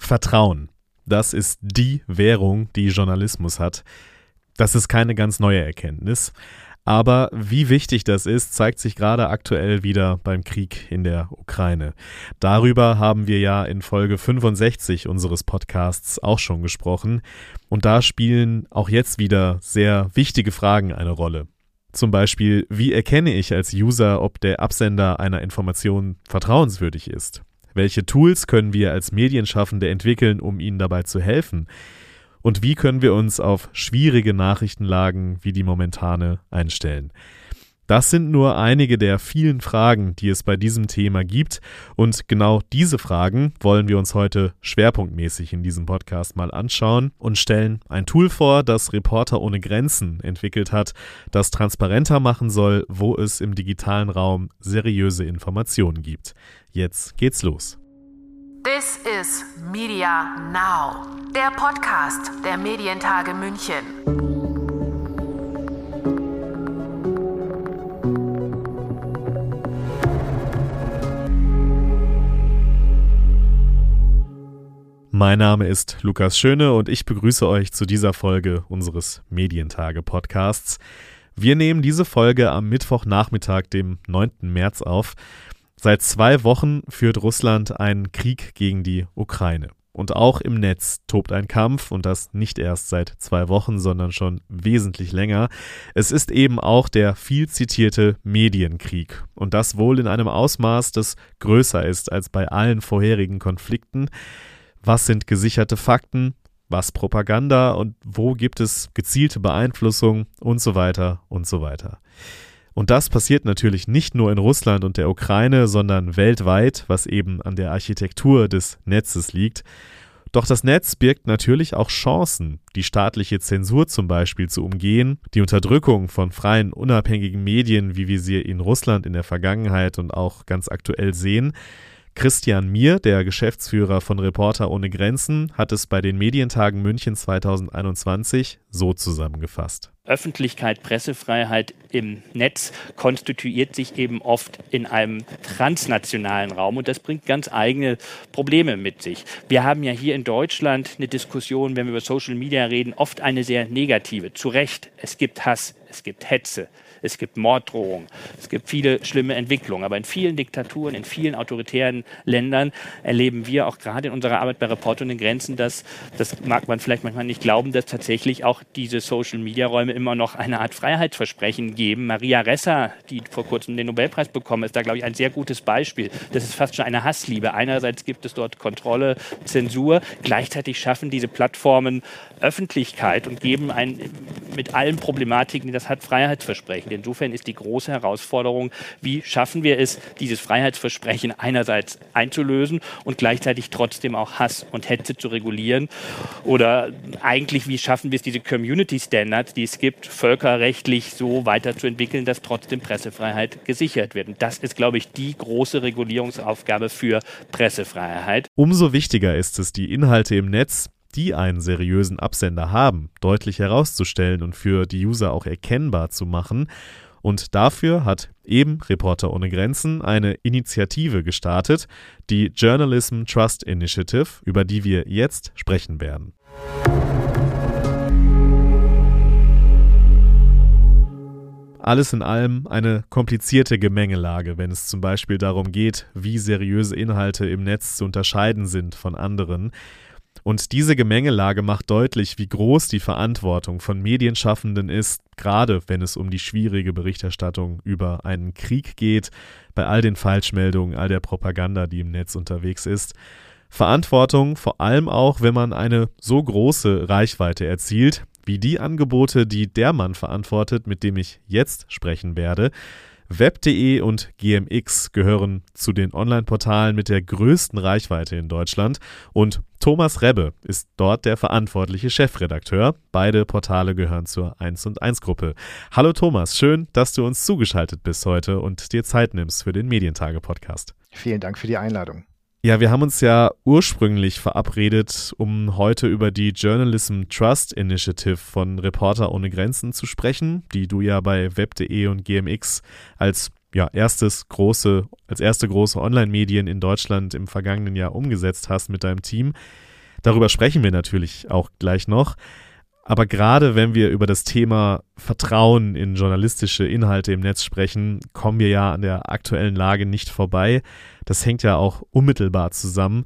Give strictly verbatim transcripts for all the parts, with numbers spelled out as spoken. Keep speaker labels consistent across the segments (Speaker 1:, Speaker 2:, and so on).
Speaker 1: Vertrauen. Das ist die Währung, die Journalismus hat. Das ist keine ganz neue Erkenntnis. Aber wie wichtig das ist, zeigt sich gerade aktuell wieder beim Krieg in der Ukraine. Darüber haben wir ja in Folge fünfundsechzig unseres Podcasts auch schon gesprochen. Und da spielen auch jetzt wieder sehr wichtige Fragen eine Rolle. Zum Beispiel, wie erkenne ich als User, ob der Absender einer Information vertrauenswürdig ist? Welche Tools können wir als Medienschaffende entwickeln, um ihnen dabei zu helfen? Und wie können wir uns auf schwierige Nachrichtenlagen wie die momentane einstellen? Das sind nur einige der vielen Fragen, die es bei diesem Thema gibt. Und genau diese Fragen wollen wir uns heute schwerpunktmäßig in diesem Podcast mal anschauen und stellen ein Tool vor, das Reporter ohne Grenzen entwickelt hat, das transparenter machen soll, wo es im digitalen Raum seriöse Informationen gibt. Jetzt geht's los.
Speaker 2: This is Media Now, der Podcast der Medientage München.
Speaker 1: Mein Name ist Lukas Schöne und ich begrüße euch zu dieser Folge unseres Medientage-Podcasts. Wir nehmen diese Folge am Mittwochnachmittag, dem neunten März auf. Seit zwei Wochen führt Russland einen Krieg gegen die Ukraine. Und auch im Netz tobt ein Kampf und das nicht erst seit zwei Wochen, sondern schon wesentlich länger. Es ist eben auch der viel zitierte Medienkrieg. Und das wohl in einem Ausmaß, das größer ist als bei allen vorherigen Konflikten. Was sind gesicherte Fakten? Was Propaganda? Und wo gibt es gezielte Beeinflussung? Und so weiter und so weiter. Und das passiert natürlich nicht nur in Russland und der Ukraine, sondern weltweit, was eben an der Architektur des Netzes liegt. Doch das Netz birgt natürlich auch Chancen, die staatliche Zensur zum Beispiel zu umgehen, die Unterdrückung von freien, unabhängigen Medien, wie wir sie in Russland in der Vergangenheit und auch ganz aktuell sehen. Christian Mier, der Geschäftsführer von Reporter ohne Grenzen, hat es bei den Medientagen München zweitausendeinundzwanzig so zusammengefasst.
Speaker 3: Öffentlichkeit, Pressefreiheit im Netz konstituiert sich eben oft in einem transnationalen Raum und das bringt ganz eigene Probleme mit sich. Wir haben ja hier in Deutschland eine Diskussion, wenn wir über Social Media reden, oft eine sehr negative. Zu Recht, es gibt Hass, es gibt Hetze. Es gibt Morddrohungen, es gibt viele schlimme Entwicklungen. Aber in vielen Diktaturen, in vielen autoritären Ländern erleben wir auch gerade in unserer Arbeit bei Reporter ohne Grenzen, dass, das mag man vielleicht manchmal nicht glauben, dass tatsächlich auch diese Social-Media-Räume immer noch eine Art Freiheitsversprechen geben. Maria Ressa, die vor kurzem den Nobelpreis bekommen, ist da, glaube ich, ein sehr gutes Beispiel. Das ist fast schon eine Hassliebe. Einerseits gibt es dort Kontrolle, Zensur. Gleichzeitig schaffen diese Plattformen Öffentlichkeit und geben ein, mit allen Problematiken, die das hat, Freiheitsversprechen. Insofern ist die große Herausforderung, wie schaffen wir es, dieses Freiheitsversprechen einerseits einzulösen und gleichzeitig trotzdem auch Hass und Hetze zu regulieren? Oder eigentlich, wie schaffen wir es, diese Community Standards, die es gibt, völkerrechtlich so weiterzuentwickeln, dass trotzdem Pressefreiheit gesichert wird? Und das ist, glaube ich, die große Regulierungsaufgabe für Pressefreiheit.
Speaker 1: Umso wichtiger ist es, die Inhalte im Netz, die einen seriösen Absender haben, deutlich herauszustellen und für die User auch erkennbar zu machen. Und dafür hat eben Reporter ohne Grenzen eine Initiative gestartet, die Journalism Trust Initiative, über die wir jetzt sprechen werden. Alles in allem eine komplizierte Gemengelage, wenn es zum Beispiel darum geht, wie seriöse Inhalte im Netz zu unterscheiden sind von anderen. Und diese Gemengelage macht deutlich, wie groß die Verantwortung von Medienschaffenden ist, gerade wenn es um die schwierige Berichterstattung über einen Krieg geht, bei all den Falschmeldungen, all der Propaganda, die im Netz unterwegs ist. Verantwortung vor allem auch, wenn man eine so große Reichweite erzielt, wie die Angebote, die der Mann verantwortet, mit dem ich jetzt sprechen werde. web punkt de und G M X gehören zu den Online-Portalen mit der größten Reichweite in Deutschland und Thomas Rebbe ist dort der verantwortliche Chefredakteur. Beide Portale gehören zur eins und eins Gruppe. Hallo Thomas, schön, dass du uns zugeschaltet bist heute und dir Zeit nimmst für den Medientage-Podcast.
Speaker 4: Vielen Dank für die Einladung.
Speaker 1: Ja, wir haben uns ja ursprünglich verabredet, um heute über die Journalism Trust Initiative von Reporter ohne Grenzen zu sprechen, die du ja bei web punkt de und G M X als ja, erstes große, als erste große Online-Medien in Deutschland im vergangenen Jahr umgesetzt hast mit deinem Team. Darüber sprechen wir natürlich auch gleich noch. Aber gerade wenn wir über das Thema Vertrauen in journalistische Inhalte im Netz sprechen, kommen wir ja an der aktuellen Lage nicht vorbei. Das hängt ja auch unmittelbar zusammen.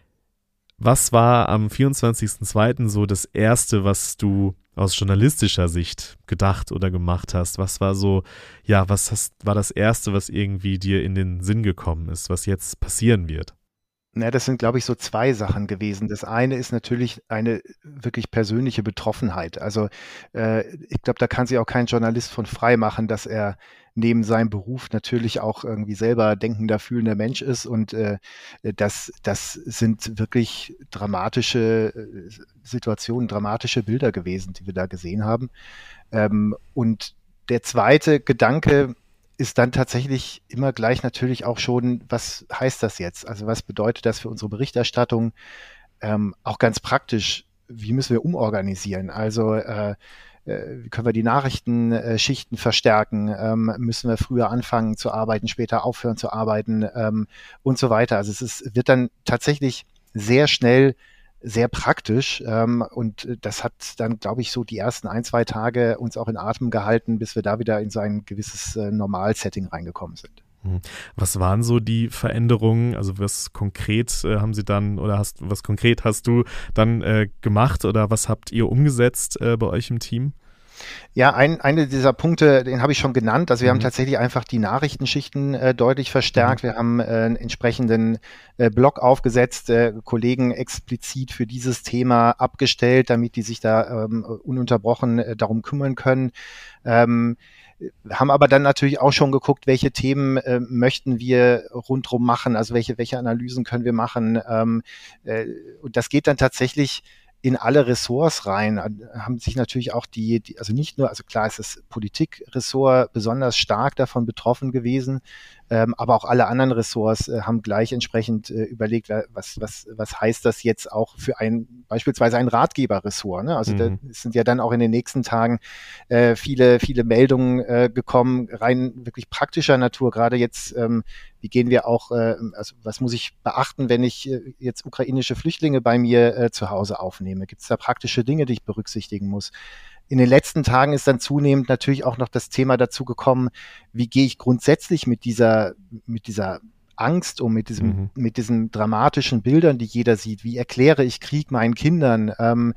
Speaker 1: Was war am vierundzwanzigsten zweiten so das Erste, was du aus journalistischer Sicht gedacht oder gemacht hast? Was war so, ja, was hast, war das Erste, was irgendwie dir in den Sinn gekommen ist, was jetzt passieren wird?
Speaker 4: Na, das sind, glaube ich, so zwei Sachen gewesen. Das eine ist natürlich eine wirklich persönliche Betroffenheit. Also äh, ich glaube, da kann sich auch kein Journalist von frei machen, dass er neben seinem Beruf natürlich auch irgendwie selber denkender, fühlender Mensch ist. Und äh, das, das sind wirklich dramatische äh, Situationen, dramatische Bilder gewesen, die wir da gesehen haben. Ähm, und der zweite Gedanke ist dann tatsächlich immer gleich natürlich auch schon, was heißt das jetzt? Also was bedeutet das für unsere Berichterstattung? Ähm, auch ganz praktisch, wie müssen wir umorganisieren? Also äh, äh, wie können wir die Nachrichtenschichten verstärken? Ähm, müssen wir früher anfangen zu arbeiten, später aufhören zu arbeiten ähm, und so weiter. Also es ist, wird dann tatsächlich sehr schnell sehr praktisch ähm, und das hat dann, glaube ich, so die ersten ein, zwei Tage uns auch in Atem gehalten, bis wir da wieder in so ein gewisses äh, Normalsetting reingekommen sind.
Speaker 1: Was waren so die Veränderungen? Also was konkret äh, haben Sie dann oder hast was konkret hast du dann äh, gemacht oder was habt ihr umgesetzt äh, bei euch im Team?
Speaker 4: Ja, ein, eine dieser Punkte, den habe ich schon genannt. Also wir
Speaker 1: Mhm.
Speaker 4: haben tatsächlich einfach die Nachrichtenschichten äh, deutlich verstärkt. Mhm. Wir haben äh, einen entsprechenden äh, Blog aufgesetzt, äh, Kollegen explizit für dieses Thema abgestellt, damit die sich da ähm, ununterbrochen äh, darum kümmern können. Ähm, haben aber dann natürlich auch schon geguckt, welche Themen äh, möchten wir rundherum machen, also welche, welche Analysen können wir machen. Ähm, äh, und das geht dann tatsächlich in alle Ressorts rein, haben sich natürlich auch die, die, also nicht nur, also klar ist das Politikressort besonders stark davon betroffen gewesen, ähm, aber auch alle anderen Ressorts äh, haben gleich entsprechend äh, überlegt, was, was, was heißt das jetzt auch für ein, beispielsweise ein Ratgeberressort, ne? Also mhm. da sind ja dann auch in den nächsten Tagen äh, viele, viele Meldungen äh, gekommen, rein wirklich praktischer Natur, gerade jetzt, ähm, wie gehen wir auch, äh, also was muss ich beachten, wenn ich äh, jetzt ukrainische Flüchtlinge bei mir äh, zu Hause aufnehme? Gibt es da praktische Dinge, die ich berücksichtigen muss? In den letzten Tagen ist dann zunehmend natürlich auch noch das Thema dazu gekommen, wie gehe ich grundsätzlich mit dieser, mit dieser Angst um, mit diesem, mhm. mit diesen dramatischen Bildern, die jeder sieht. Wie erkläre ich Krieg meinen Kindern? Ähm,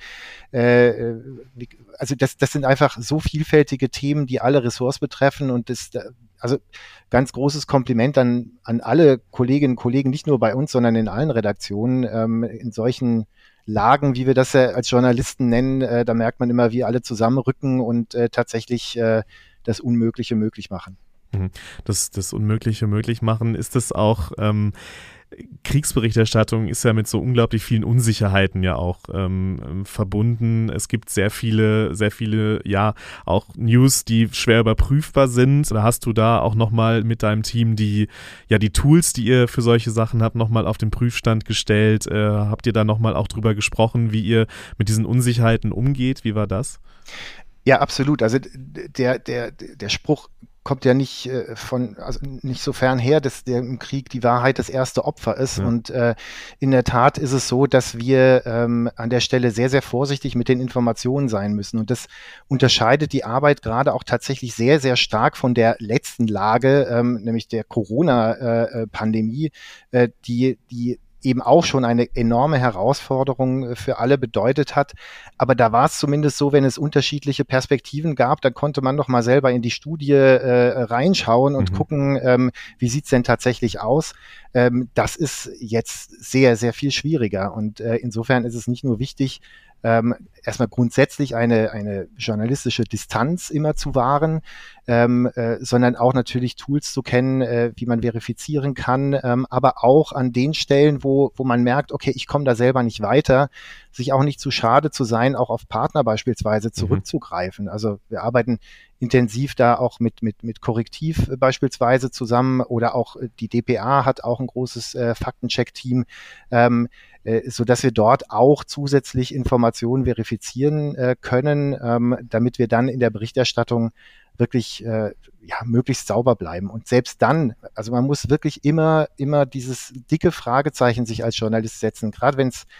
Speaker 4: äh, wie, also das, das sind einfach so vielfältige Themen, die alle Ressorts betreffen und das, also ganz großes Kompliment an, an alle Kolleginnen und Kollegen, nicht nur bei uns, sondern in allen Redaktionen, ähm, in solchen Lagen, wie wir das ja als Journalisten nennen, äh, da merkt man immer, wie alle zusammenrücken und äh, tatsächlich äh, das Unmögliche möglich machen.
Speaker 1: Das, das Unmögliche möglich machen, ist es auch, ähm, Kriegsberichterstattung ist ja mit so unglaublich vielen Unsicherheiten ja auch ähm, verbunden. Es gibt sehr viele, sehr viele, ja, auch News, die schwer überprüfbar sind. Da hast du da auch nochmal mit deinem Team die, ja, die Tools, die ihr für solche Sachen habt, nochmal auf den Prüfstand gestellt. Äh, habt ihr da nochmal auch drüber gesprochen, wie ihr mit diesen Unsicherheiten umgeht? Wie war das?
Speaker 4: Ja, absolut. Also der, der, der Spruch kommt ja nicht äh, von, also nicht so fern her, dass der im Krieg die Wahrheit das erste Opfer ist. Ja. Und äh, in der Tat ist es so, dass wir ähm, an der Stelle sehr, sehr vorsichtig mit den Informationen sein müssen. Und das unterscheidet die Arbeit gerade auch tatsächlich sehr, sehr stark von der letzten Lage, ähm, nämlich der Corona-Pandemie, äh, die, die eben auch schon eine enorme Herausforderung für alle bedeutet hat. Aber da war es zumindest so, wenn es unterschiedliche Perspektiven gab, dann konnte man doch mal selber in die Studie äh, reinschauen und mhm. gucken, ähm, wie sieht's denn tatsächlich aus. Ähm, das ist jetzt sehr, sehr viel schwieriger. Und äh, insofern ist es nicht nur wichtig, Ähm, erstmal grundsätzlich eine, eine journalistische Distanz immer zu wahren, ähm, äh, sondern auch natürlich Tools zu kennen, äh, wie man verifizieren kann, ähm, aber auch an den Stellen, wo, wo man merkt, okay, ich komme da selber nicht weiter, sich auch nicht zu schade zu sein, auch auf Partner beispielsweise zurückzugreifen. Mhm. Also wir arbeiten intensiv da auch mit, mit, mit Korrektiv beispielsweise zusammen oder auch die D P A hat auch ein großes äh, Faktencheck-Team, ähm, äh, so dass wir dort auch zusätzlich Informationen verifizieren äh, können, ähm, damit wir dann in der Berichterstattung wirklich äh, ja, möglichst sauber bleiben. Und selbst dann, also man muss wirklich immer, immer dieses dicke Fragezeichen sich als Journalist setzen, gerade wenn es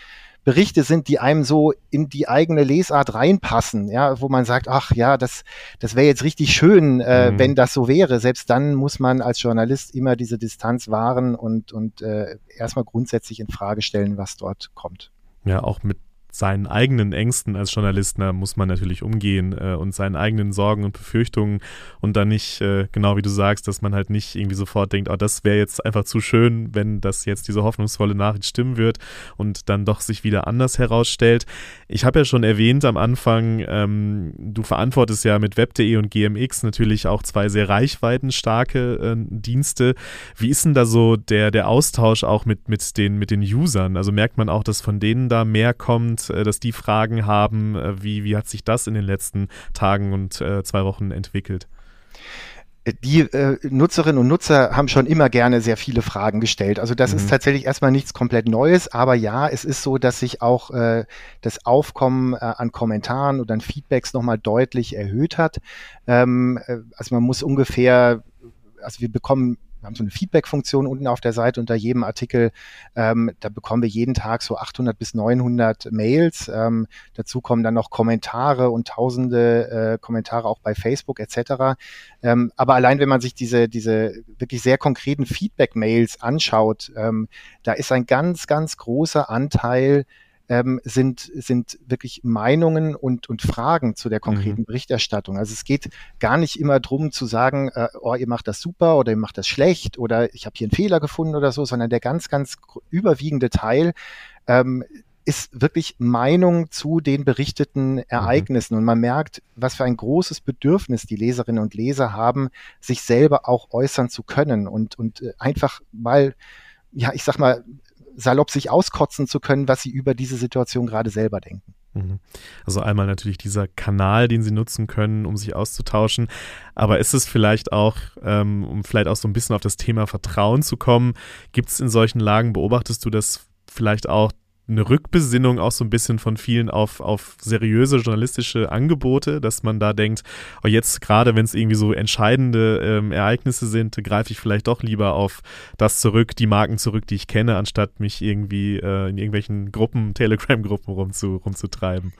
Speaker 4: Berichte sind, die einem so in die eigene Lesart reinpassen, ja, wo man sagt, ach ja, das, das wäre jetzt richtig schön, äh, mhm. wenn das so wäre. Selbst dann muss man als Journalist immer diese Distanz wahren und, und äh, erstmal grundsätzlich in Frage stellen, was dort kommt.
Speaker 1: Ja, auch mit seinen eigenen Ängsten als Journalist, da muss man natürlich umgehen äh, und seinen eigenen Sorgen und Befürchtungen und dann nicht, äh, genau wie du sagst, dass man halt nicht irgendwie sofort denkt, oh, das wäre jetzt einfach zu schön, wenn das jetzt diese hoffnungsvolle Nachricht stimmen wird und dann doch sich wieder anders herausstellt. Ich habe ja schon erwähnt am Anfang, ähm, du verantwortest ja mit web punkt de und G M X natürlich auch zwei sehr reichweitenstarke äh, Dienste. Wie ist denn da so der, der Austausch auch mit, mit, den, mit den Usern? Also merkt man auch, dass von denen da mehr kommt, dass die Fragen haben, wie, wie hat sich das in den letzten Tagen und äh, zwei Wochen entwickelt?
Speaker 4: Die äh, Nutzerinnen und Nutzer haben schon immer gerne sehr viele Fragen gestellt. Also das mhm. ist tatsächlich erstmal nichts komplett Neues, aber ja, es ist so, dass sich auch äh, das Aufkommen äh, an Kommentaren und an Feedbacks nochmal deutlich erhöht hat. Ähm, also man muss ungefähr, also wir bekommen Wir haben so eine Feedback-Funktion unten auf der Seite unter jedem Artikel. Ähm, da bekommen wir jeden Tag so achthundert bis neunhundert Mails. Ähm, dazu kommen dann noch Kommentare und tausende äh, Kommentare auch bei Facebook et cetera. Ähm, aber allein, wenn man sich diese, diese wirklich sehr konkreten Feedback-Mails anschaut, ähm, da ist ein ganz, ganz großer Anteil Ähm, sind, sind wirklich Meinungen und, und Fragen zu der konkreten mhm. Berichterstattung. Also es geht gar nicht immer drum zu sagen, äh, oh, ihr macht das super oder ihr macht das schlecht oder ich habe hier einen Fehler gefunden oder so, sondern der ganz, ganz überwiegende Teil ähm, ist wirklich Meinung zu den berichteten Ereignissen. Mhm. Und man merkt, was für ein großes Bedürfnis die Leserinnen und Leser haben, sich selber auch äußern zu können und, und äh, einfach mal, ja, ich sag mal, salopp sich auskotzen zu können, was sie über diese Situation gerade selber denken.
Speaker 1: Also einmal natürlich dieser Kanal, den sie nutzen können, um sich auszutauschen, aber ist es vielleicht auch, ähm, um vielleicht auch so ein bisschen auf das Thema Vertrauen zu kommen, gibt es in solchen Lagen, beobachtest du das vielleicht auch, eine Rückbesinnung auch so ein bisschen von vielen auf, auf seriöse journalistische Angebote, dass man da denkt, oh, jetzt gerade wenn es irgendwie so entscheidende ähm, Ereignisse sind, greife ich vielleicht doch lieber auf das zurück, die Marken zurück, die ich kenne, anstatt mich irgendwie äh, in irgendwelchen Gruppen, Telegram-Gruppen rumzu, rumzutreiben.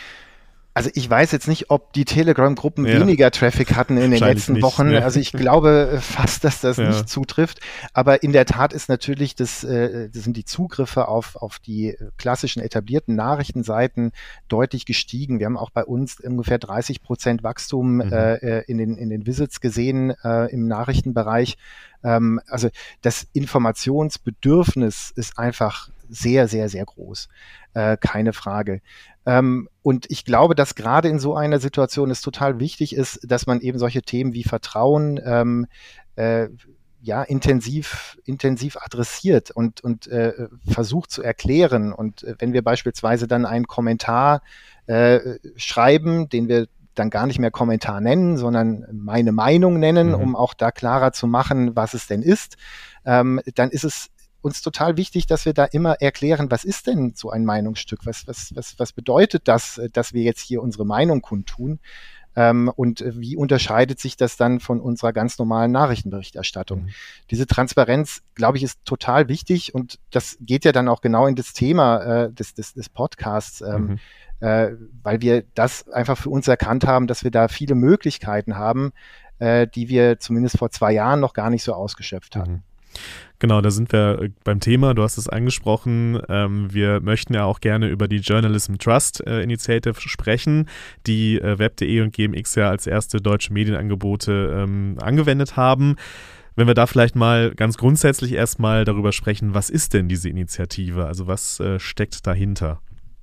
Speaker 4: Also ich weiß jetzt nicht, ob die Telegram-Gruppen ja. weniger Traffic hatten in den letzten nicht, Wochen. Ja. Also ich glaube fast, dass das ja. nicht zutrifft. Aber in der Tat ist natürlich, das, äh, das sind die Zugriffe auf, auf die klassischen etablierten Nachrichtenseiten deutlich gestiegen. Wir haben auch bei uns ungefähr dreißig Prozent Wachstum mhm. äh, in, den, in den Visits gesehen äh, im Nachrichtenbereich. Ähm, also das Informationsbedürfnis ist einfach sehr, sehr, sehr groß. Äh, keine Frage. Ähm, und ich glaube, dass gerade in so einer Situation es total wichtig ist, dass man eben solche Themen wie Vertrauen ähm, äh, ja intensiv intensiv adressiert und und äh, versucht zu erklären. Und äh, wenn wir beispielsweise dann einen Kommentar äh, schreiben, den wir dann gar nicht mehr Kommentar nennen, sondern meine Meinung nennen, mhm. um auch da klarer zu machen, was es denn ist, ähm, dann ist es uns total wichtig, dass wir da immer erklären, was ist denn so ein Meinungsstück? Was, was, was, was bedeutet das, dass wir jetzt hier unsere Meinung kundtun? Ähm, und wie unterscheidet sich das dann von unserer ganz normalen Nachrichtenberichterstattung? Mhm. Diese Transparenz, glaube ich, ist total wichtig und das geht ja dann auch genau in das Thema äh, des, des, des Podcasts, ähm, mhm. äh, weil wir das einfach für uns erkannt haben, dass wir da viele Möglichkeiten haben, äh, die wir zumindest vor zwei Jahren noch gar nicht so ausgeschöpft hatten.
Speaker 1: Mhm. Genau, da sind wir beim Thema, du hast es angesprochen, ähm, wir möchten ja auch gerne über die Journalism Trust äh, Initiative sprechen, die äh, web punkt de und G M X ja als erste deutsche Medienangebote ähm, angewendet haben. Wenn wir da vielleicht mal ganz grundsätzlich erstmal darüber sprechen, was ist denn diese Initiative, also was äh, steckt dahinter?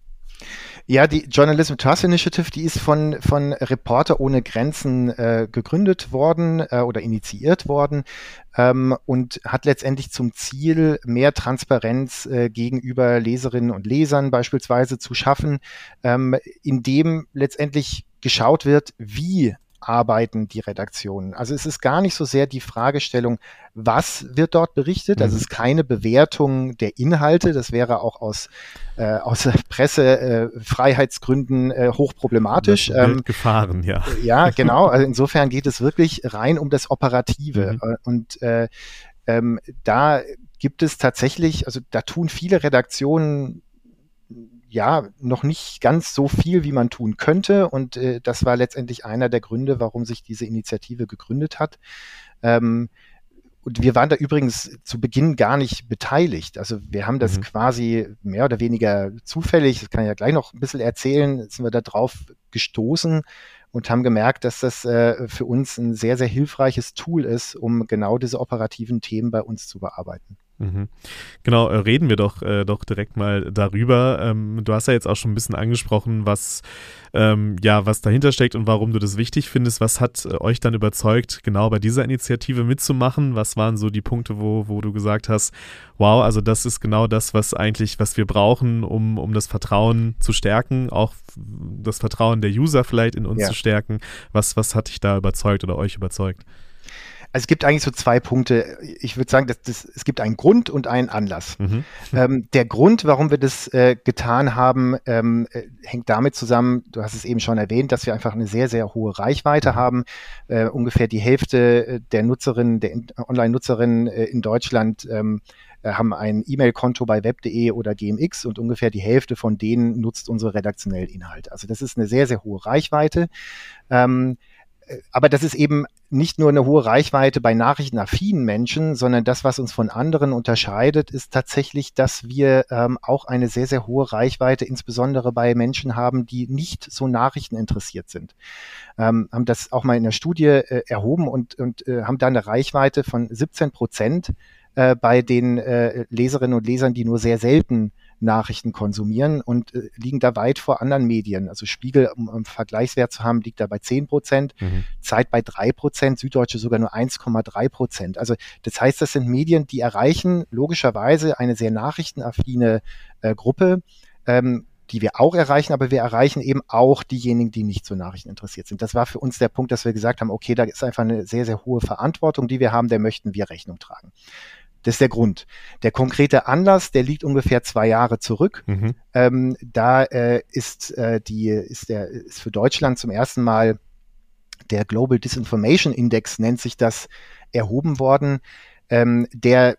Speaker 4: Ja, die Journalism Trust Initiative, die ist von, von Reporter ohne Grenzen äh, gegründet worden äh, oder initiiert worden ähm, und hat letztendlich zum Ziel, mehr Transparenz äh, gegenüber Leserinnen und Lesern beispielsweise zu schaffen, ähm, indem letztendlich geschaut wird, wie arbeiten die Redaktionen. Also es ist gar nicht so sehr die Fragestellung, was wird dort berichtet. Also es ist keine Bewertung der Inhalte. Das wäre auch aus, äh, aus Pressefreiheitsgründen äh, hochproblematisch.
Speaker 1: Das wird gefahren, ja.
Speaker 4: Ja, genau. Also insofern geht es wirklich rein um das Operative. Mhm. Und äh, ähm, da gibt es tatsächlich, also da tun viele Redaktionen ja, noch nicht ganz so viel, wie man tun könnte. Und äh, das war letztendlich einer der Gründe, warum sich diese Initiative gegründet hat. Ähm, und wir waren da übrigens zu Beginn gar nicht beteiligt. Also wir haben das mhm. quasi mehr oder weniger zufällig, das kann ich ja gleich noch ein bisschen erzählen, sind wir da drauf gestoßen und haben gemerkt, dass das äh, für uns ein sehr, sehr hilfreiches Tool ist, um genau diese operativen Themen bei uns zu bearbeiten.
Speaker 1: Mhm. Genau, äh, reden wir doch, äh, doch direkt mal darüber. Ähm, du hast ja jetzt auch schon ein bisschen angesprochen, was, ähm, ja, was dahinter steckt und warum du das wichtig findest. Was hat äh, euch dann überzeugt, genau bei dieser Initiative mitzumachen? Was waren so die Punkte, wo, wo du gesagt hast, wow, also das ist genau das, was eigentlich, was wir brauchen, um, um das Vertrauen zu stärken, auch das Vertrauen der User vielleicht in uns ja. zu stärken. Was, was hat dich da überzeugt oder euch überzeugt?
Speaker 4: Also es gibt eigentlich so zwei Punkte. Ich würde sagen, dass das, es gibt einen Grund und einen Anlass. Mhm. Ähm, der Grund, warum wir das äh, getan haben, ähm, äh, hängt damit zusammen, du hast es eben schon erwähnt, dass wir einfach eine sehr, sehr hohe Reichweite mhm. haben. Äh, ungefähr die Hälfte der Nutzerinnen, der Online-Nutzerinnen äh, in Deutschland ähm, äh, haben ein E-Mail-Konto bei web punkt de oder G M X und ungefähr die Hälfte von denen nutzt unsere redaktionellen Inhalte. Also das ist eine sehr, sehr hohe Reichweite. Ähm, Aber das ist eben nicht nur eine hohe Reichweite bei nachrichtenaffinen Menschen, sondern das, was uns von anderen unterscheidet, ist tatsächlich, dass wir ähm, auch eine sehr, sehr hohe Reichweite, insbesondere bei Menschen haben, die nicht so nachrichteninteressiert sind. Ähm, haben das auch mal in der Studie äh, erhoben und, und äh, haben da eine Reichweite von siebzehn Prozent äh, bei den äh, Leserinnen und Lesern, die nur sehr selten Nachrichten konsumieren und äh, liegen da weit vor anderen Medien. Also Spiegel, um einen Vergleichswert zu haben, liegt da bei zehn Prozent, mhm. Zeit bei drei Prozent, Süddeutsche sogar nur eins Komma drei Prozent. Also das heißt, das sind Medien, die erreichen logischerweise eine sehr nachrichtenaffine äh, Gruppe, ähm, die wir auch erreichen, aber wir erreichen eben auch diejenigen, die nicht so Nachrichten interessiert sind. Das war für uns der Punkt, dass wir gesagt haben, okay, da ist einfach eine sehr, sehr hohe Verantwortung, die wir haben, der möchten wir Rechnung tragen. Das ist der Grund. Der konkrete Anlass, der liegt ungefähr zwei Jahre zurück. Mhm. Ähm, da äh, ist äh, die ist der ist für Deutschland zum ersten Mal der Global Disinformation Index, nennt sich das, erhoben worden. Ähm, der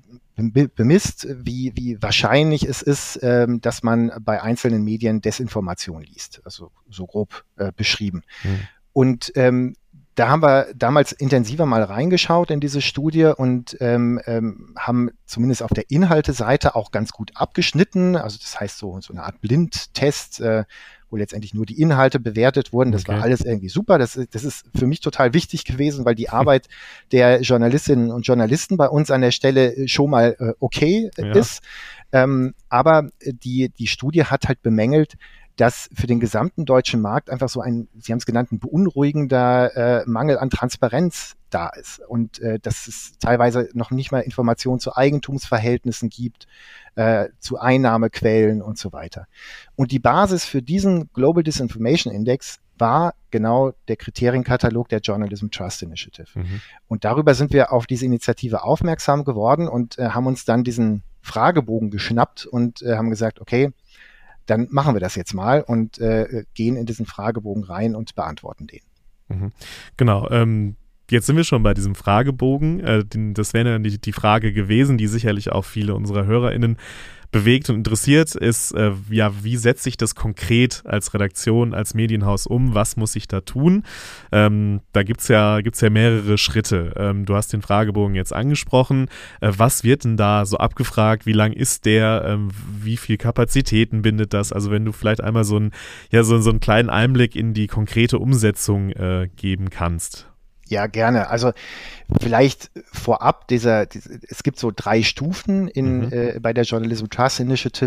Speaker 4: be- bemisst, wie wie wahrscheinlich es ist, ähm, dass man bei einzelnen Medien Desinformation liest. Also so grob äh, beschrieben. Mhm. Und ähm, Da haben wir damals intensiver mal reingeschaut in diese Studie und ähm, ähm, haben zumindest auf der Inhalteseite auch ganz gut abgeschnitten. Also das heißt so, so eine Art Blindtest, äh, wo letztendlich nur die Inhalte bewertet wurden. Das okay. war alles irgendwie super. Das, das ist für mich total wichtig gewesen, weil die Arbeit der Journalistinnen und Journalisten bei uns an der Stelle schon mal äh, okay ja. ist. Ähm, aber die, die Studie hat halt bemängelt, dass für den gesamten deutschen Markt einfach so ein, Sie haben es genannt, ein beunruhigender äh, Mangel an Transparenz da ist und äh, dass es teilweise noch nicht mal Informationen zu Eigentumsverhältnissen gibt, äh, zu Einnahmequellen und so weiter. Und die Basis für diesen Global Disinformation Index war genau der Kriterienkatalog der Journalism Trust Initiative. Mhm. Und darüber sind wir auf diese Initiative aufmerksam geworden und äh, haben uns dann diesen Fragebogen geschnappt und äh, haben gesagt, okay, dann machen wir das jetzt mal und äh, gehen in diesen Fragebogen rein und beantworten den.
Speaker 1: Mhm. Genau, ähm, jetzt sind wir schon bei diesem Fragebogen. Äh, den, das wäre dann die, die Frage gewesen, die sicherlich auch viele unserer HörerInnen bewegt und interessiert, ist, äh, ja, wie setzt sich das konkret als Redaktion, als Medienhaus um? Was muss ich da tun? Ähm, da gibt es ja, gibt's ja mehrere Schritte. Ähm, du hast den Fragebogen jetzt angesprochen. Äh, was wird denn da so abgefragt? Wie lang ist der? Ähm, wie viel Kapazitäten bindet das? Also wenn du vielleicht einmal so, ein, ja, so, so einen kleinen Einblick in die konkrete Umsetzung äh, geben kannst.
Speaker 4: Ja, gerne. Also vielleicht vorab, dieser, dieser es gibt so drei Stufen in, mhm. äh, bei der Journalism Trust Initiative.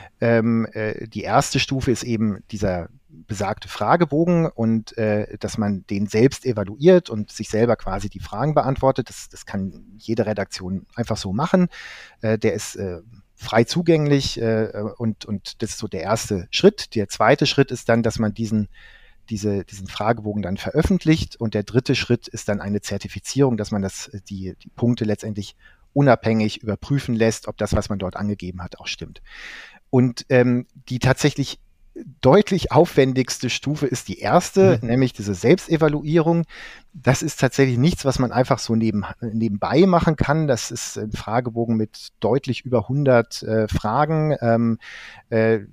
Speaker 4: Ähm, äh, die erste Stufe ist eben dieser besagte Fragebogen und äh, dass man den selbst evaluiert und sich selber quasi die Fragen beantwortet. Das, das kann jede Redaktion einfach so machen. Äh, der ist äh, frei zugänglich äh, und, und das ist so der erste Schritt. Der zweite Schritt ist dann, dass man diesen Diese, diesen Fragebogen dann veröffentlicht und der dritte Schritt ist dann eine Zertifizierung, dass man das, die, die Punkte letztendlich unabhängig überprüfen lässt, ob das, was man dort angegeben hat, auch stimmt. Und ähm, die tatsächlich deutlich aufwendigste Stufe ist die erste, mhm. nämlich diese Selbstevaluierung. Das ist tatsächlich nichts, was man einfach so neben, nebenbei machen kann. Das ist ein Fragebogen mit deutlich über hundert äh, Fragen. Ähm, äh,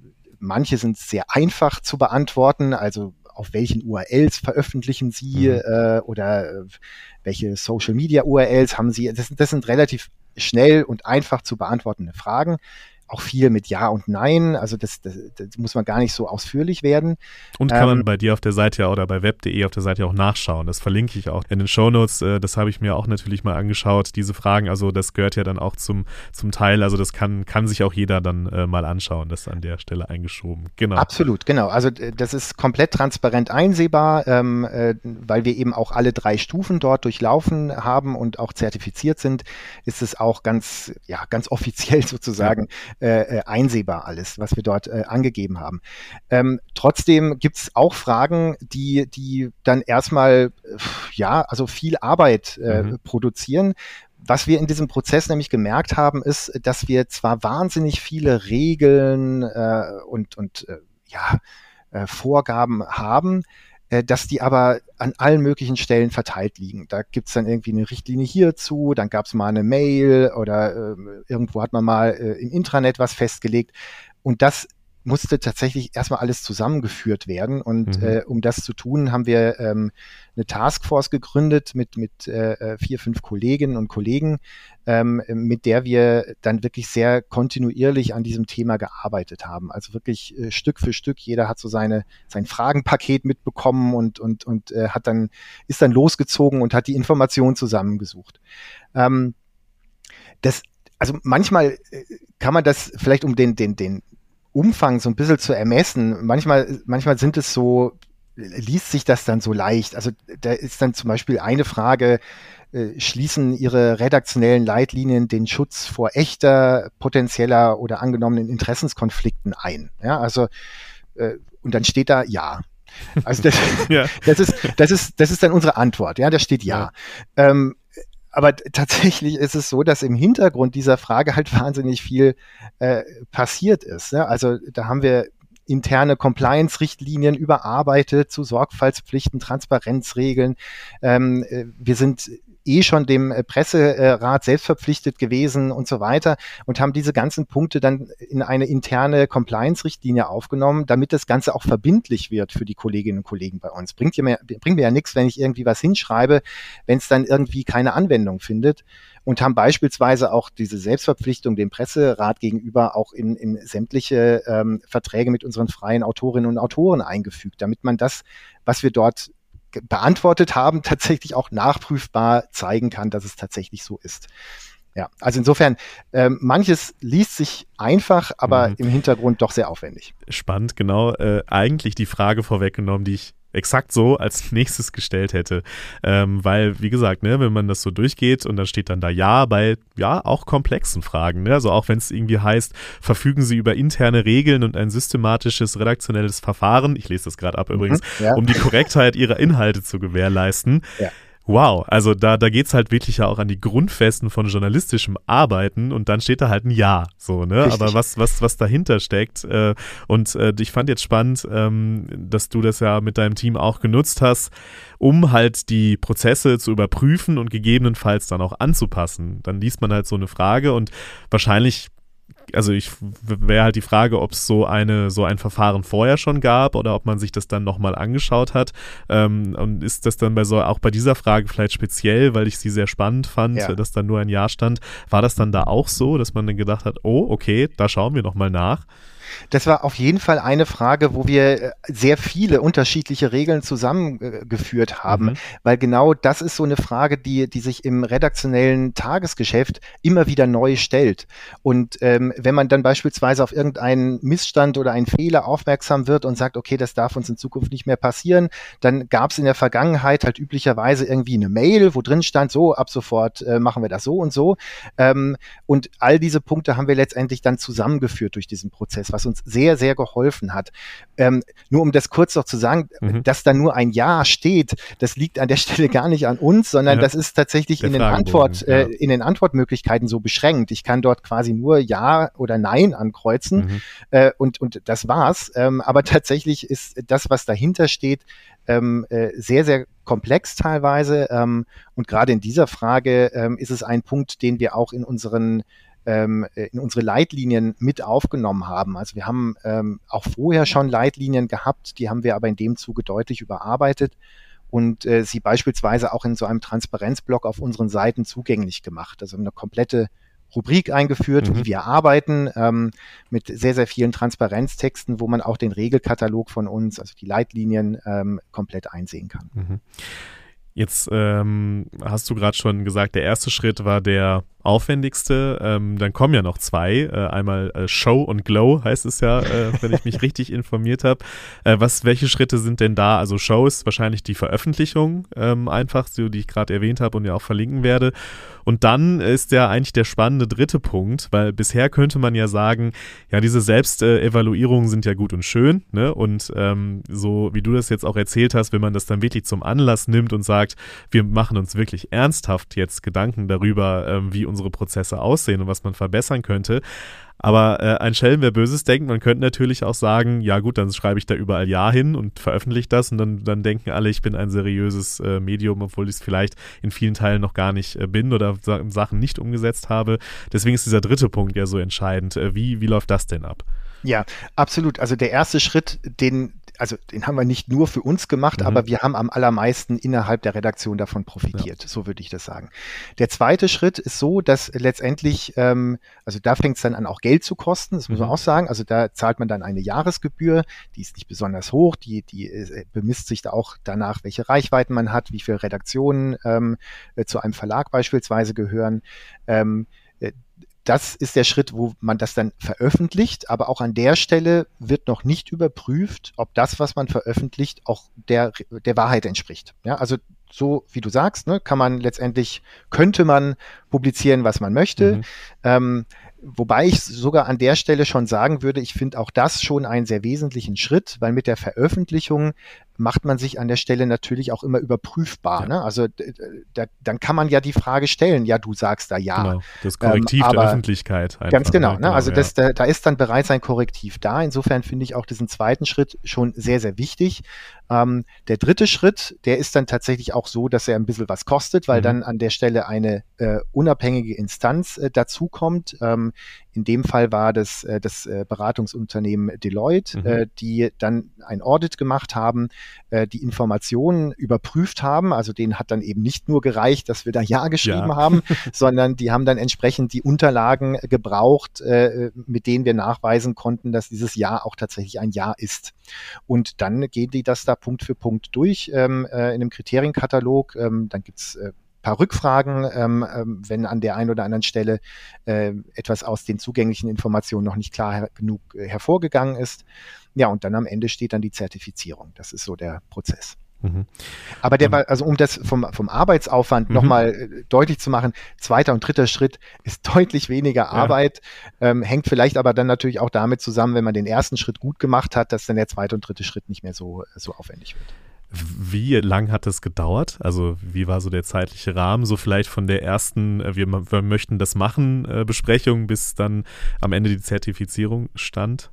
Speaker 4: manche sind sehr einfach zu beantworten, also auf welchen U R Ls veröffentlichen Sie mhm. äh, oder äh, welche Social-Media-U R Ls haben Sie. Das, das sind relativ schnell und einfach zu beantwortende Fragen. Auch viel mit Ja und Nein, also das, das, das muss man gar nicht so ausführlich werden.
Speaker 1: Und kann
Speaker 4: ähm,
Speaker 1: man bei dir auf der Seite ja oder bei web punkt de auf der Seite auch nachschauen. Das verlinke ich auch in den Shownotes. Äh, das habe ich mir auch natürlich mal angeschaut, diese Fragen. Also das gehört ja dann auch zum, zum Teil. Also das kann, kann sich auch jeder dann äh, mal anschauen. Das ist an der Stelle eingeschoben. Genau.
Speaker 4: Absolut, genau. Also das ist komplett transparent einsehbar, ähm, äh, weil wir eben auch alle drei Stufen dort durchlaufen haben und auch zertifiziert sind, ist es auch ganz, ja, ganz offiziell sozusagen ja. Äh, einsehbar alles, was wir dort äh, angegeben haben. Ähm, trotzdem gibt es auch Fragen, die, die dann erstmal, äh, ja, also viel Arbeit äh, mhm. produzieren. Was wir in diesem Prozess nämlich gemerkt haben, ist, dass wir zwar wahnsinnig viele Regeln äh, und, und äh, ja, äh, Vorgaben haben, dass die aber an allen möglichen Stellen verteilt liegen. Da gibt es dann irgendwie eine Richtlinie hierzu, dann gab es mal eine Mail oder äh, irgendwo hat man mal äh, im Intranet was festgelegt. Und das musste tatsächlich erstmal alles zusammengeführt werden. Und mhm. äh, um das zu tun, haben wir ähm, eine Taskforce gegründet mit, mit äh, vier, fünf Kolleginnen und Kollegen, ähm, mit der wir dann wirklich sehr kontinuierlich an diesem Thema gearbeitet haben. Also wirklich äh, Stück für Stück. Jeder hat so seine, sein Fragenpaket mitbekommen und, und, und äh, hat dann, ist dann losgezogen und hat die Informationen zusammengesucht. Ähm, das, also manchmal kann man das vielleicht um den, den, den Umfang so ein bisschen zu ermessen. Manchmal, manchmal sind es so, liest sich das dann so leicht. Also da ist dann zum Beispiel eine Frage, äh, schließen Ihre redaktionellen Leitlinien den Schutz vor echter, potenzieller oder angenommenen Interessenskonflikten ein? Ja, also äh, und dann steht da Ja. Also das, ja. das ist, das ist, das ist dann unsere Antwort. Ja, da steht Ja. ja. Ähm, Aber tatsächlich ist es so, dass im Hintergrund dieser Frage halt wahnsinnig viel äh, passiert ist. Ne? Also da haben wir interne Compliance-Richtlinien überarbeitet zu Sorgfaltspflichten, Transparenzregeln. Ähm, wir sind eh schon dem Presserat selbst verpflichtet gewesen und so weiter und haben diese ganzen Punkte dann in eine interne Compliance-Richtlinie aufgenommen, damit das Ganze auch verbindlich wird für die Kolleginnen und Kollegen bei uns. Bringt, mir, bringt mir ja nichts, wenn ich irgendwie was hinschreibe, wenn es dann irgendwie keine Anwendung findet, und haben beispielsweise auch diese Selbstverpflichtung dem Presserat gegenüber auch in, in sämtliche ähm, Verträge mit unseren freien Autorinnen und Autoren eingefügt, damit man das, was wir dort beantwortet haben, tatsächlich auch nachprüfbar zeigen kann, dass es tatsächlich so ist. Ja, also insofern, äh, manches liest sich einfach, aber mhm. im Hintergrund doch sehr aufwendig.
Speaker 1: Spannend, genau. Äh, eigentlich die Frage vorweggenommen, die ich exakt so als nächstes gestellt hätte. Ähm, weil, wie gesagt, ne, wenn man das so durchgeht und dann steht dann da Ja bei, ja, auch komplexen Fragen. Ne? Also auch wenn es irgendwie heißt, verfügen Sie über interne Regeln und ein systematisches redaktionelles Verfahren, ich lese das gerade ab übrigens, mhm, ja. um die Korrektheit Ihrer Inhalte zu gewährleisten. Ja. Wow, also da, da geht's halt wirklich ja auch an die Grundfesten von journalistischem Arbeiten und dann steht da halt ein Ja, so, ne? Richtig. Aber was, was, was dahinter steckt äh, und äh, ich fand jetzt spannend, ähm, dass du das ja mit deinem Team auch genutzt hast, um halt die Prozesse zu überprüfen und gegebenenfalls dann auch anzupassen. Dann liest man halt so eine Frage und wahrscheinlich, also ich wäre halt die Frage, ob es so eine so ein Verfahren vorher schon gab oder ob man sich das dann nochmal angeschaut hat. Ähm, und ist das dann bei so auch bei dieser Frage vielleicht speziell, weil ich sie sehr spannend fand, ja. dass da nur ein Ja stand. War das dann da auch so, dass man dann gedacht hat, oh, okay, da schauen wir nochmal nach?
Speaker 4: Das war auf jeden Fall eine Frage, wo wir sehr viele unterschiedliche Regeln zusammengeführt haben, mhm. weil genau das ist so eine Frage, die, die sich im redaktionellen Tagesgeschäft immer wieder neu stellt. Und ähm, wenn man dann beispielsweise auf irgendeinen Missstand oder einen Fehler aufmerksam wird und sagt, okay, das darf uns in Zukunft nicht mehr passieren, dann gab es in der Vergangenheit halt üblicherweise irgendwie eine Mail, wo drin stand, so, ab sofort äh, machen wir das so und so. Ähm, und all diese Punkte haben wir letztendlich dann zusammengeführt durch diesen Prozess, was uns sehr, sehr geholfen hat. Ähm, nur um das kurz noch zu sagen, mhm. dass da nur ein Ja steht, das liegt an der Stelle gar nicht an uns, sondern ja. das ist tatsächlich in den, Antwort, äh, ja. in den Antwortmöglichkeiten so beschränkt. Ich kann dort quasi nur Ja oder Nein ankreuzen mhm. äh, und, und das war's. Ähm, aber tatsächlich ist das, was dahinter steht, ähm, äh, sehr, sehr komplex teilweise. Ähm, und gerade in dieser Frage ähm, ist es ein Punkt, den wir auch in unseren ähm, in unsere Leitlinien mit aufgenommen haben. Also wir haben ähm, auch vorher schon Leitlinien gehabt, die haben wir aber in dem Zuge deutlich überarbeitet und äh, sie beispielsweise auch in so einem Transparenzblock auf unseren Seiten zugänglich gemacht. Also eine komplette Rubrik eingeführt, mhm. wie wir arbeiten, ähm, mit sehr, sehr vielen Transparenztexten, wo man auch den Regelkatalog von uns, also die Leitlinien, ähm, komplett einsehen kann.
Speaker 1: Mhm. Jetzt ähm, hast du gerade schon gesagt, der erste Schritt war der aufwendigste. Ähm, dann kommen ja noch zwei. Äh, einmal äh, Show und Glow heißt es ja, äh, wenn ich mich richtig informiert habe. Äh, was, welche Schritte sind denn da? Also Show ist wahrscheinlich die Veröffentlichung ähm, einfach, so, die ich gerade erwähnt habe und ja auch verlinken werde. Und dann ist ja eigentlich der spannende dritte Punkt, weil bisher könnte man ja sagen, ja, diese Selbstevaluierungen sind ja gut und schön, ne? Und ähm, so wie du das jetzt auch erzählt hast, wenn man das dann wirklich zum Anlass nimmt und sagt, wir machen uns wirklich ernsthaft jetzt Gedanken darüber, ähm, wie unsere Prozesse aussehen und was man verbessern könnte. Aber äh, ein Schelm, wer Böses denkt, man könnte natürlich auch sagen, ja gut, dann schreibe ich da überall Ja hin und veröffentliche das und dann, dann denken alle, ich bin ein seriöses äh, Medium, obwohl ich es vielleicht in vielen Teilen noch gar nicht äh, bin oder sa- Sachen nicht umgesetzt habe. Deswegen ist dieser dritte Punkt ja so entscheidend. Äh, wie, wie läuft das denn ab?
Speaker 4: Ja, absolut. Also der erste Schritt, den, also den haben wir nicht nur für uns gemacht, mhm. aber wir haben am allermeisten innerhalb der Redaktion davon profitiert. Ja. So würde ich das sagen. Der zweite Schritt ist so, dass letztendlich, ähm, also da fängt es dann an, auch Geld zu kosten. Das muss man mhm. auch sagen. Also da zahlt man dann eine Jahresgebühr, die ist nicht besonders hoch, die, die äh, bemisst sich da auch danach, welche Reichweiten man hat, wie viele Redaktionen ähm, äh, zu einem Verlag beispielsweise gehören. Ähm, äh, Das ist der Schritt, wo man das dann veröffentlicht, aber auch an der Stelle wird noch nicht überprüft, ob das, was man veröffentlicht, auch der, der Wahrheit entspricht. Ja, also so wie du sagst, ne, kann man letztendlich, könnte man publizieren, was man möchte. Mhm. Ähm, wobei ich sogar an der Stelle schon sagen würde, ich finde auch das schon einen sehr wesentlichen Schritt, weil mit der Veröffentlichung macht man sich an der Stelle natürlich auch immer überprüfbar. Ja. Ne? Also da, dann kann man ja die Frage stellen, ja, du sagst da ja.
Speaker 1: Genau, das Korrektiv ähm, der Öffentlichkeit. Einfach,
Speaker 4: ganz genau. Ne?
Speaker 1: genau
Speaker 4: also
Speaker 1: ja.
Speaker 4: das, da, da ist dann bereits ein Korrektiv da. Insofern finde ich auch diesen zweiten Schritt schon sehr, sehr wichtig. Ähm, der dritte Schritt, der ist dann tatsächlich auch so, dass er ein bisschen was kostet, weil mhm. dann an der Stelle eine äh, unabhängige Instanz äh, dazukommt. Ähm, in dem Fall war das äh, das äh, Beratungsunternehmen Deloitte, mhm. äh, die dann ein Audit gemacht haben, äh, die Informationen überprüft haben. Also denen hat dann eben nicht nur gereicht, dass wir da Ja geschrieben ja. haben, sondern die haben dann entsprechend die Unterlagen gebraucht, äh, mit denen wir nachweisen konnten, dass dieses Ja auch tatsächlich ein Ja ist. Und dann gehen die das da Punkt für Punkt durch ähm, äh, in einem Kriterienkatalog. Ähm, dann gibt's äh, paar Rückfragen, ähm, ähm, wenn an der einen oder anderen Stelle äh, etwas aus den zugänglichen Informationen noch nicht klar her- genug äh, hervorgegangen ist. Ja, und dann am Ende steht dann die Zertifizierung. Das ist so der Prozess. Mhm. Aber der war, also um das vom, vom Arbeitsaufwand mhm. nochmal äh, deutlich zu machen, zweiter und dritter Schritt ist deutlich weniger Arbeit, ja. ähm, hängt vielleicht aber dann natürlich auch damit zusammen, wenn man den ersten Schritt gut gemacht hat, dass dann der zweite und dritte Schritt nicht mehr so, so aufwendig wird.
Speaker 1: Wie lang hat es gedauert? Also wie war so der zeitliche Rahmen? So vielleicht von der ersten, wir, wir möchten das machen, äh, Besprechung bis dann am Ende die Zertifizierung stand?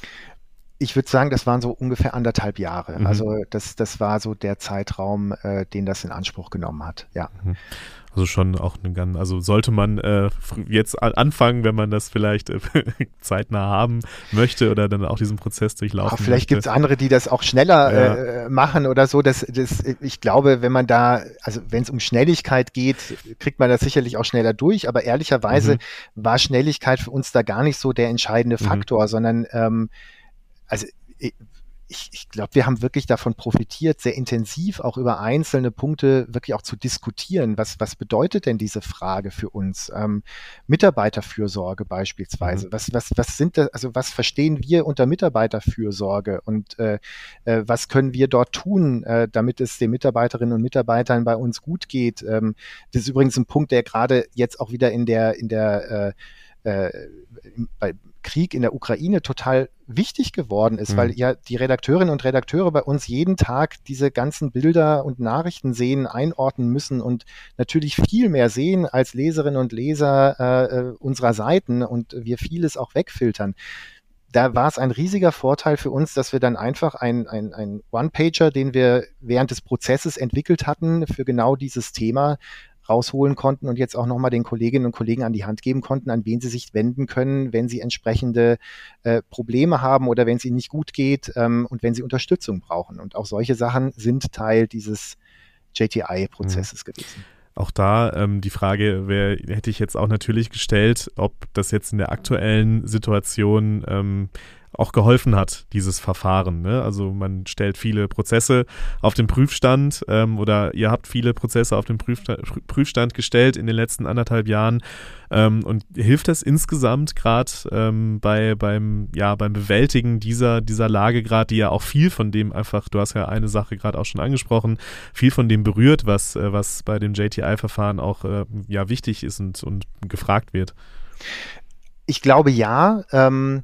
Speaker 4: Ich würde sagen, das waren so ungefähr anderthalb Jahre. Mhm. Also das, das war so der Zeitraum, äh, den das in Anspruch genommen hat, ja.
Speaker 1: Mhm. Also schon auch eine ganz, also sollte man äh, jetzt anfangen, wenn man das vielleicht äh, zeitnah haben möchte oder dann auch diesen Prozess durchlaufen
Speaker 4: Ach, vielleicht gibt es andere, die das auch schneller ja. äh, machen oder so. Das, das, ich glaube, wenn man da, also wenn es um Schnelligkeit geht, kriegt man das sicherlich auch schneller durch. Aber ehrlicherweise mhm. war Schnelligkeit für uns da gar nicht so der entscheidende Faktor, mhm. sondern ähm, also ich, ich glaube, wir haben wirklich davon profitiert, sehr intensiv auch über einzelne Punkte wirklich auch zu diskutieren. Was, was bedeutet denn diese Frage für uns? Ähm, Mitarbeiterfürsorge beispielsweise. Mhm. Was, was, was sind das, also was verstehen wir unter Mitarbeiterfürsorge und äh, äh, was können wir dort tun, äh, damit es den Mitarbeiterinnen und Mitarbeitern bei uns gut geht? Ähm, das ist übrigens ein Punkt, der gerade jetzt auch wieder in der, in der äh, äh, bei Krieg in der Ukraine total wichtig geworden ist, mhm. weil ja die Redakteurinnen und Redakteure bei uns jeden Tag diese ganzen Bilder und Nachrichten sehen, einordnen müssen und natürlich viel mehr sehen als Leserinnen und Leser äh, unserer Seiten und wir vieles auch wegfiltern. Da war es ein riesiger Vorteil für uns, dass wir dann einfach ein, ein, ein One-Pager, den wir während des Prozesses entwickelt hatten, für genau dieses Thema rausholen konnten und jetzt auch nochmal den Kolleginnen und Kollegen an die Hand geben konnten, an wen sie sich wenden können, wenn sie entsprechende äh, Probleme haben oder wenn es ihnen nicht gut geht ähm, und wenn sie Unterstützung brauchen. Und auch solche Sachen sind Teil dieses J T I-Prozesses mhm. gewesen.
Speaker 1: Auch da ähm, die Frage wär, hätte ich jetzt auch natürlich gestellt, ob das jetzt in der aktuellen Situation ähm, auch geholfen hat, dieses Verfahren. Ne? Also man stellt viele Prozesse auf den Prüfstand ähm, oder ihr habt viele Prozesse auf den Prüfstand, Prüfstand gestellt in den letzten anderthalb Jahren. Ähm, und hilft das insgesamt gerade ähm, bei, beim, ja, beim Bewältigen dieser, dieser Lage gerade, die ja auch viel von dem einfach, du hast ja eine Sache gerade auch schon angesprochen, viel von dem berührt, was, äh, was bei dem J T I-Verfahren auch äh, ja, wichtig ist und, und gefragt wird?
Speaker 4: Ich glaube ja. Ähm,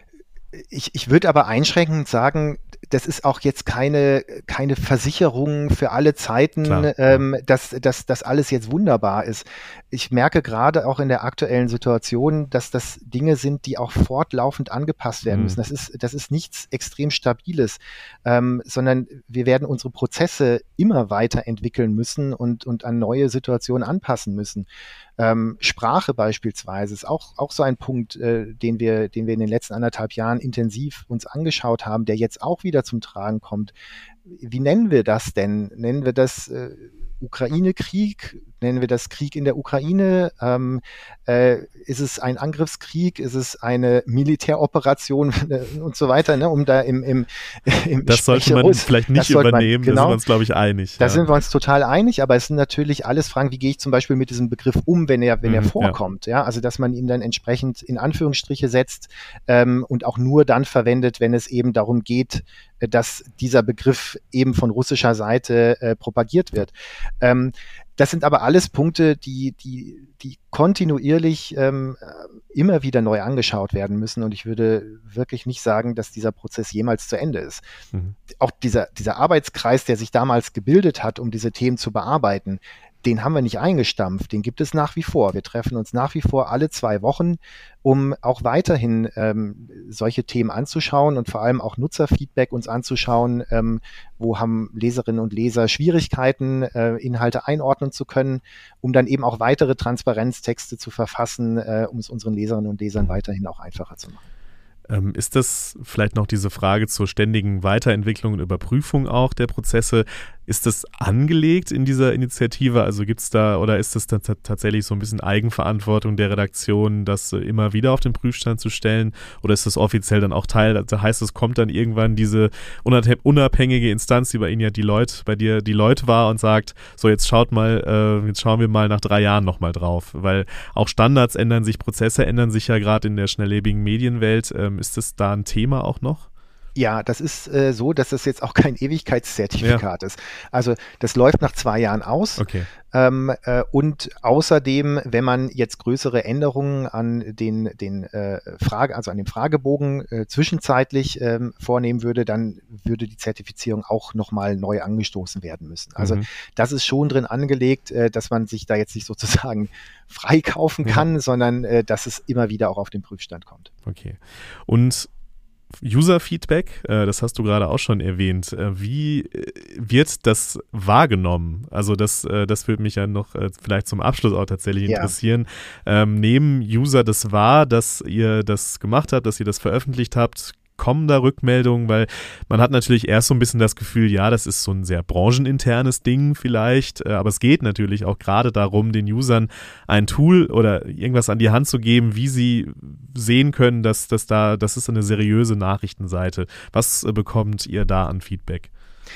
Speaker 4: Ich, ich würde aber einschränkend sagen, das ist auch jetzt keine, keine Versicherung für alle Zeiten,
Speaker 1: Klar,
Speaker 4: ähm, dass, dass das alles jetzt wunderbar ist. Ich merke gerade auch in der aktuellen Situation, dass das Dinge sind, die auch fortlaufend angepasst werden müssen. Das ist, das ist nichts extrem Stabiles, ähm, sondern wir werden unsere Prozesse immer weiterentwickeln müssen und, und an neue Situationen anpassen müssen. Ähm, Sprache beispielsweise ist auch, auch so ein Punkt, äh, den wir, den wir in den letzten anderthalb Jahren intensiv uns angeschaut haben, der jetzt auch wieder zum Tragen kommt. Wie nennen wir das denn? Nennen wir das äh, Ukraine-Krieg? Nennen wir das Krieg in der Ukraine? Ähm, äh, ist es ein Angriffskrieg? Ist es eine Militäroperation und so weiter? Ne? Um da im, im, im
Speaker 1: Das sollte man vielleicht nicht übernehmen, man, genau, da sind wir uns, glaube ich, einig.
Speaker 4: Da
Speaker 1: ja.
Speaker 4: sind wir uns total einig, aber es sind natürlich alles Fragen, wie gehe ich zum Beispiel mit diesem Begriff um, wenn er, wenn mhm, er vorkommt. Ja. ja, also dass man ihn dann entsprechend in Anführungsstriche setzt ähm, und auch nur dann verwendet, wenn es eben darum geht, dass dieser Begriff eben von russischer Seite äh, propagiert wird. Ähm, das sind aber alles Punkte, die, die, die kontinuierlich ähm, immer wieder neu angeschaut werden müssen. Und ich würde wirklich nicht sagen, dass dieser Prozess jemals zu Ende ist. Mhm. Auch dieser, dieser Arbeitskreis, der sich damals gebildet hat, um diese Themen zu bearbeiten, den haben wir nicht eingestampft, den gibt es nach wie vor. Wir treffen uns nach wie vor alle zwei Wochen, um auch weiterhin ähm, solche Themen anzuschauen und vor allem auch Nutzerfeedback uns anzuschauen, ähm, wo haben Leserinnen und Leser Schwierigkeiten, äh, Inhalte einordnen zu können, um dann eben auch weitere Transparenztexte zu verfassen, äh, um es unseren Leserinnen und Lesern weiterhin auch einfacher zu machen.
Speaker 1: Ähm, ist das vielleicht noch diese Frage zur ständigen Weiterentwicklung und Überprüfung auch der Prozesse? Ist das angelegt in dieser Initiative? Also gibt es da, oder ist das t- tatsächlich so ein bisschen Eigenverantwortung der Redaktion, das äh, immer wieder auf den Prüfstand zu stellen? Oder ist das offiziell dann auch Teil? Da heißt es, kommt dann irgendwann diese unabhängige Instanz, die bei Ihnen ja die Leute, bei dir die Leute war und sagt, so jetzt schaut mal, äh, jetzt schauen wir mal nach drei Jahren nochmal drauf. Weil auch Standards ändern sich, Prozesse ändern sich ja gerade in der schnelllebigen Medienwelt. Ähm, ist das da ein Thema auch noch?
Speaker 4: Ja, das ist äh, so, dass das jetzt auch kein Ewigkeitszertifikat ja. ist. Also das läuft nach zwei Jahren aus.
Speaker 1: Okay.
Speaker 4: Ähm, äh, und außerdem, wenn man jetzt größere Änderungen an den, den äh, Frage, also an dem Fragebogen äh, zwischenzeitlich ähm, vornehmen würde, dann würde die Zertifizierung auch nochmal neu angestoßen werden müssen. Also mhm. das ist schon drin angelegt, äh, dass man sich da jetzt nicht sozusagen freikaufen kann, ja. sondern äh, dass es immer wieder auch auf den Prüfstand kommt.
Speaker 1: Okay. Und User-Feedback, äh, das hast du gerade auch schon erwähnt. Äh, wie äh, wird das wahrgenommen? Also das, äh, das würde mich ja noch äh, vielleicht zum Abschluss auch tatsächlich
Speaker 4: ja.
Speaker 1: interessieren. Ähm, nehmen User das wahr, dass ihr das gemacht habt, dass ihr das veröffentlicht habt? Kommen da Rückmeldungen? Weil man hat natürlich erst so ein bisschen das Gefühl, ja, das ist so ein sehr brancheninternes Ding vielleicht, äh, aber es geht natürlich auch gerade darum, den Usern ein Tool oder irgendwas an die Hand zu geben, wie sie sehen können, dass das da, das ist eine seriöse Nachrichtenseite. Was äh, bekommt ihr da an Feedback?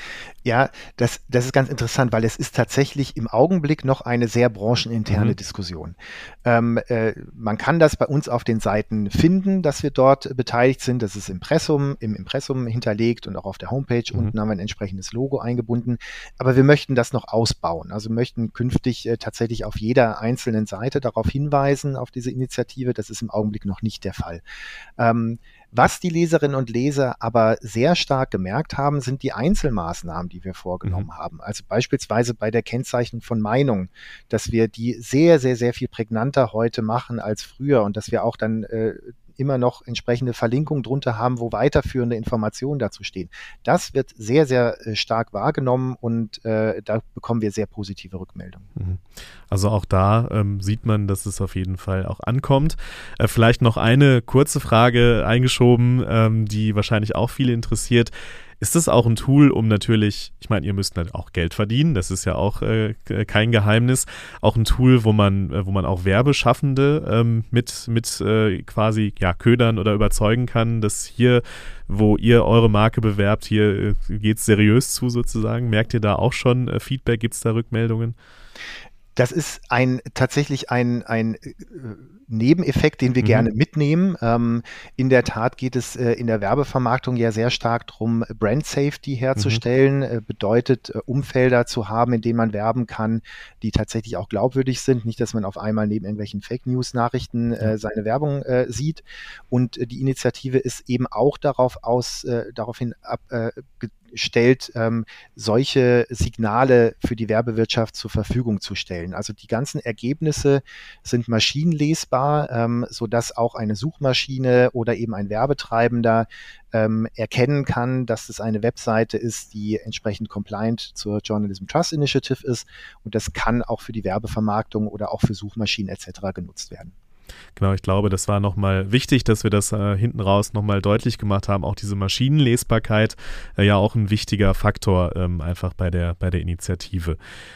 Speaker 4: Ja, das, das ist ganz interessant, weil es ist tatsächlich im Augenblick noch eine sehr brancheninterne mhm. Diskussion. Ähm, äh, man kann das bei uns auf den Seiten finden, dass wir dort beteiligt sind. Das ist Impressum, im Impressum hinterlegt und auch auf der Homepage. Mhm. Unten haben wir ein entsprechendes Logo eingebunden. Aber wir möchten das noch ausbauen. Also wir möchten künftig äh, tatsächlich auf jeder einzelnen Seite darauf hinweisen, auf diese Initiative. Das ist im Augenblick noch nicht der Fall. Ähm, Was die Leserinnen und Leser aber sehr stark gemerkt haben, sind die Einzelmaßnahmen, die wir vorgenommen mhm. haben. Also beispielsweise bei der Kennzeichnung von Meinungen, dass wir die sehr, sehr, sehr viel prägnanter heute machen als früher und dass wir auch dann äh, immer noch entsprechende Verlinkungen drunter haben, wo weiterführende Informationen dazu stehen. Das wird sehr, sehr äh, stark wahrgenommen und äh, da bekommen wir sehr positive Rückmeldungen.
Speaker 1: Also auch da ähm, sieht man, dass es auf jeden Fall auch ankommt. Äh, vielleicht noch eine kurze Frage eingeschoben, ähm, die wahrscheinlich auch viele interessiert. Ist das auch ein Tool, um natürlich, ich meine, ihr müsst auch Geld verdienen, das ist ja auch äh, kein Geheimnis, auch ein Tool, wo man, äh, wo man auch Werbeschaffende ähm, mit, mit äh, quasi ja, ködern oder überzeugen kann, dass hier, wo ihr eure Marke bewerbt, hier äh, geht es seriös zu sozusagen. Merkt ihr da auch schon äh, Feedback? Gibt es da Rückmeldungen?
Speaker 4: Das ist ein tatsächlich ein, ein äh, Nebeneffekt, den wir mhm. gerne mitnehmen. Ähm, in der Tat geht es äh, in der Werbevermarktung ja sehr stark darum, Brand Safety herzustellen, mhm. äh, bedeutet äh, Umfelder zu haben, in denen man werben kann, die tatsächlich auch glaubwürdig sind. Nicht, dass man auf einmal neben irgendwelchen Fake News Nachrichten äh, seine Werbung äh, sieht. Und äh, die Initiative ist eben auch darauf aus, äh, daraufhin ab, äh, stellt, ähm, solche Signale für die Werbewirtschaft zur Verfügung zu stellen. Also die ganzen Ergebnisse sind maschinenlesbar, ähm, sodass auch eine Suchmaschine oder eben ein Werbetreibender ähm, erkennen kann, dass es eine Webseite ist, die entsprechend compliant zur Journalism Trust Initiative ist, und das kann auch für die Werbevermarktung oder auch für Suchmaschinen et cetera genutzt werden.
Speaker 1: Genau, ich glaube, das war nochmal wichtig, dass wir das äh, hinten raus nochmal deutlich gemacht haben. Auch diese Maschinenlesbarkeit, äh, ja auch ein wichtiger Faktor ähm, einfach bei der, bei der Initiative.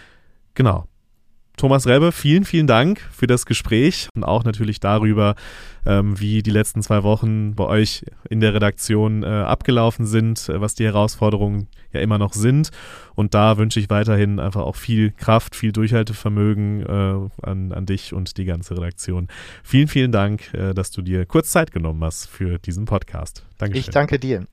Speaker 1: Genau. Thomas Rebbe, vielen, vielen Dank für das Gespräch und auch natürlich darüber, ähm, wie die letzten zwei Wochen bei euch in der Redaktion äh, abgelaufen sind, äh, was die Herausforderungen ja immer noch sind. Und da wünsche ich weiterhin einfach auch viel Kraft, viel Durchhaltevermögen äh, an, an dich und die ganze Redaktion. Vielen, vielen Dank, äh, dass du dir kurz Zeit genommen hast für diesen Podcast. Dankeschön.
Speaker 4: Ich danke dir.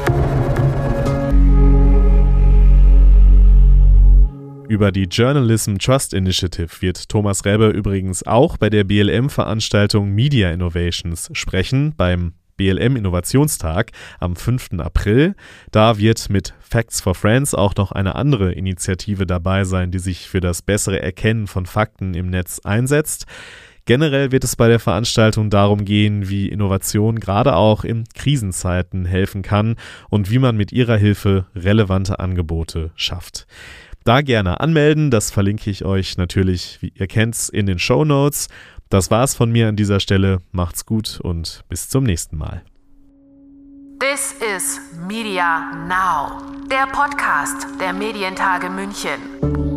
Speaker 1: Über die Journalism Trust Initiative wird Thomas Rebbe übrigens auch bei der B L M-Veranstaltung Media Innovations sprechen, beim B L M-Innovationstag am fünften April. Da wird mit Facts for Friends auch noch eine andere Initiative dabei sein, die sich für das bessere Erkennen von Fakten im Netz einsetzt. Generell wird es bei der Veranstaltung darum gehen, wie Innovation gerade auch in Krisenzeiten helfen kann und wie man mit ihrer Hilfe relevante Angebote schafft. Da gerne anmelden, das verlinke ich euch natürlich, wie ihr kennt's, in den Shownotes. Das war's von mir an dieser Stelle. Macht's gut und bis zum nächsten Mal.
Speaker 2: This is Media Now, der Podcast der Medientage München.